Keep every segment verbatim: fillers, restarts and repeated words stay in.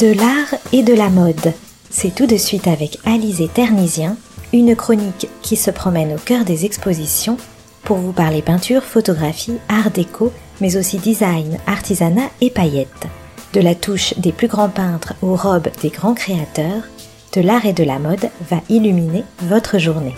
De l'art et de la mode, c'est tout de suite avec Alizé Ternisien, une chronique qui se promène au cœur des expositions pour vous parler peinture, photographie, art déco, mais aussi design, artisanat et paillettes. De la touche des plus grands peintres aux robes des grands créateurs, de l'art et de la mode va illuminer votre journée.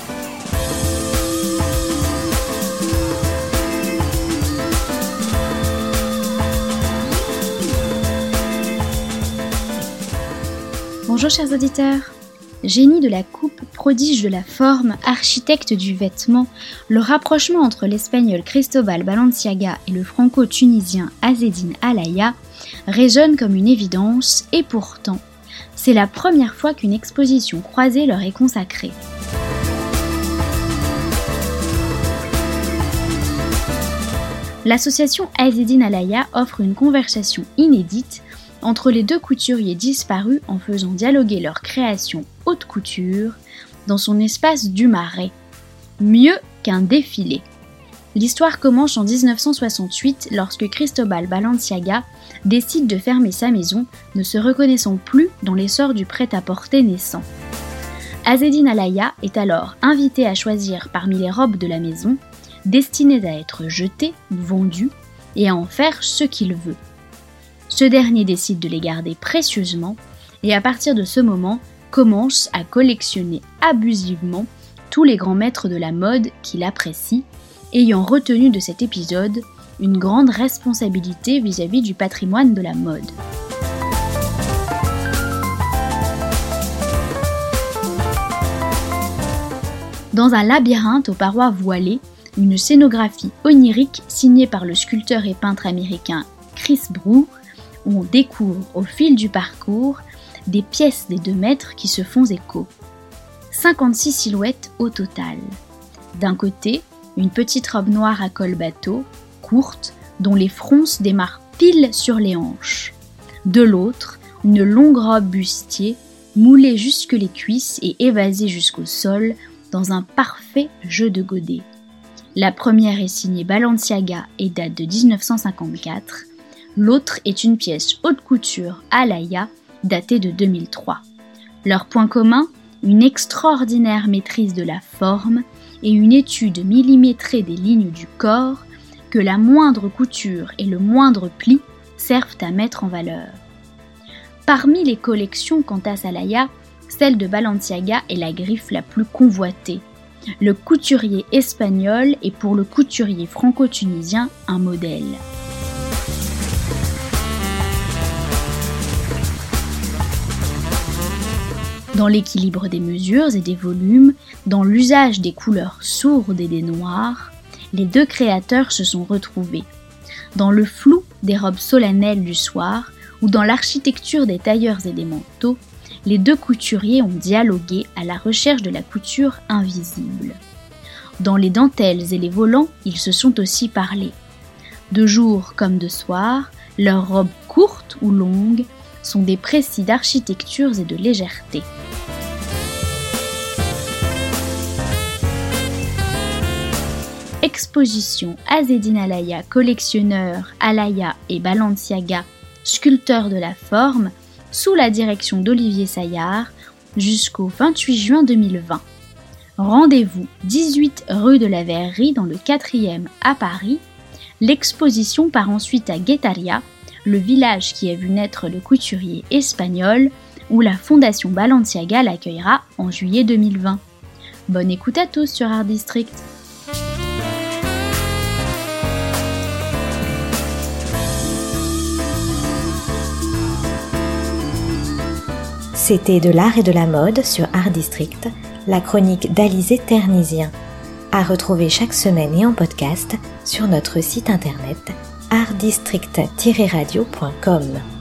Bonjour chers auditeurs. Génie de la coupe, prodige de la forme, architecte du vêtement, le rapprochement entre l'espagnol Cristóbal Balenciaga et le franco-tunisien Azzedine Alaïa résonne comme une évidence et pourtant, c'est la première fois qu'une exposition croisée leur est consacrée. L'association Azzedine Alaïa offre une conversation inédite entre les deux couturiers disparus en faisant dialoguer leur création haute couture dans son espace du Marais. Mieux qu'un défilé. L'histoire commence en dix-neuf cent soixante-huit lorsque Cristóbal Balenciaga décide de fermer sa maison, ne se reconnaissant plus dans l'essor du prêt-à-porter naissant. Azzedine Alaïa est alors invité à choisir parmi les robes de la maison, destinées à être jetées ou vendues, et à en faire ce qu'il veut. Ce dernier décide de les garder précieusement et à partir de ce moment commence à collectionner abusivement tous les grands maîtres de la mode qu'il apprécie, ayant retenu de cet épisode une grande responsabilité vis-à-vis du patrimoine de la mode. Dans un labyrinthe aux parois voilées, une scénographie onirique signée par le sculpteur et peintre américain Chris Brew, où on découvre au fil du parcours des pièces des deux maîtres qui se font écho. cinquante-six silhouettes au total. D'un côté, une petite robe noire à col bateau, courte, dont les fronces démarrent pile sur les hanches. De l'autre, une longue robe bustier, moulée jusque les cuisses et évasée jusqu'au sol, dans un parfait jeu de godets. La première est signée Balenciaga et date de dix-neuf cent cinquante-quatre. L'autre est une pièce haute couture Alaïa, datée de deux mille trois. Leur point commun, une extraordinaire maîtrise de la forme et une étude millimétrée des lignes du corps que la moindre couture et le moindre pli servent à mettre en valeur. Parmi les collections qu'entasse Alaïa, celle de Balenciaga est la griffe la plus convoitée. Le couturier espagnol est pour le couturier franco-tunisien un modèle. Dans l'équilibre des mesures et des volumes, dans l'usage des couleurs sourdes et des noirs, les deux créateurs se sont retrouvés. Dans le flou des robes solennelles du soir ou dans l'architecture des tailleurs et des manteaux, les deux couturiers ont dialogué à la recherche de la couture invisible. Dans les dentelles et les volants, ils se sont aussi parlé. De jour comme de soir, leurs robes courtes ou longues sont des précis d'architecture et de légèreté. Exposition Azzedine Alaïa, collectionneur Alaïa et Balenciaga, sculpteur de la forme, sous la direction d'Olivier Saillard, jusqu'au vingt-huit juin deux mille vingt. Rendez-vous dix-huit rue de la Verrerie dans le quatrième à Paris. L'exposition part ensuite à Guetaria, le village qui a vu naître le couturier espagnol, où la Fondation Balenciaga l'accueillera en juillet deux mille vingt. Bonne écoute à tous sur Art District. C'était de l'art et de la mode sur Art District, la chronique d'Alizé Ternisien. À retrouver chaque semaine et en podcast sur notre site internet art district tiret radio point com.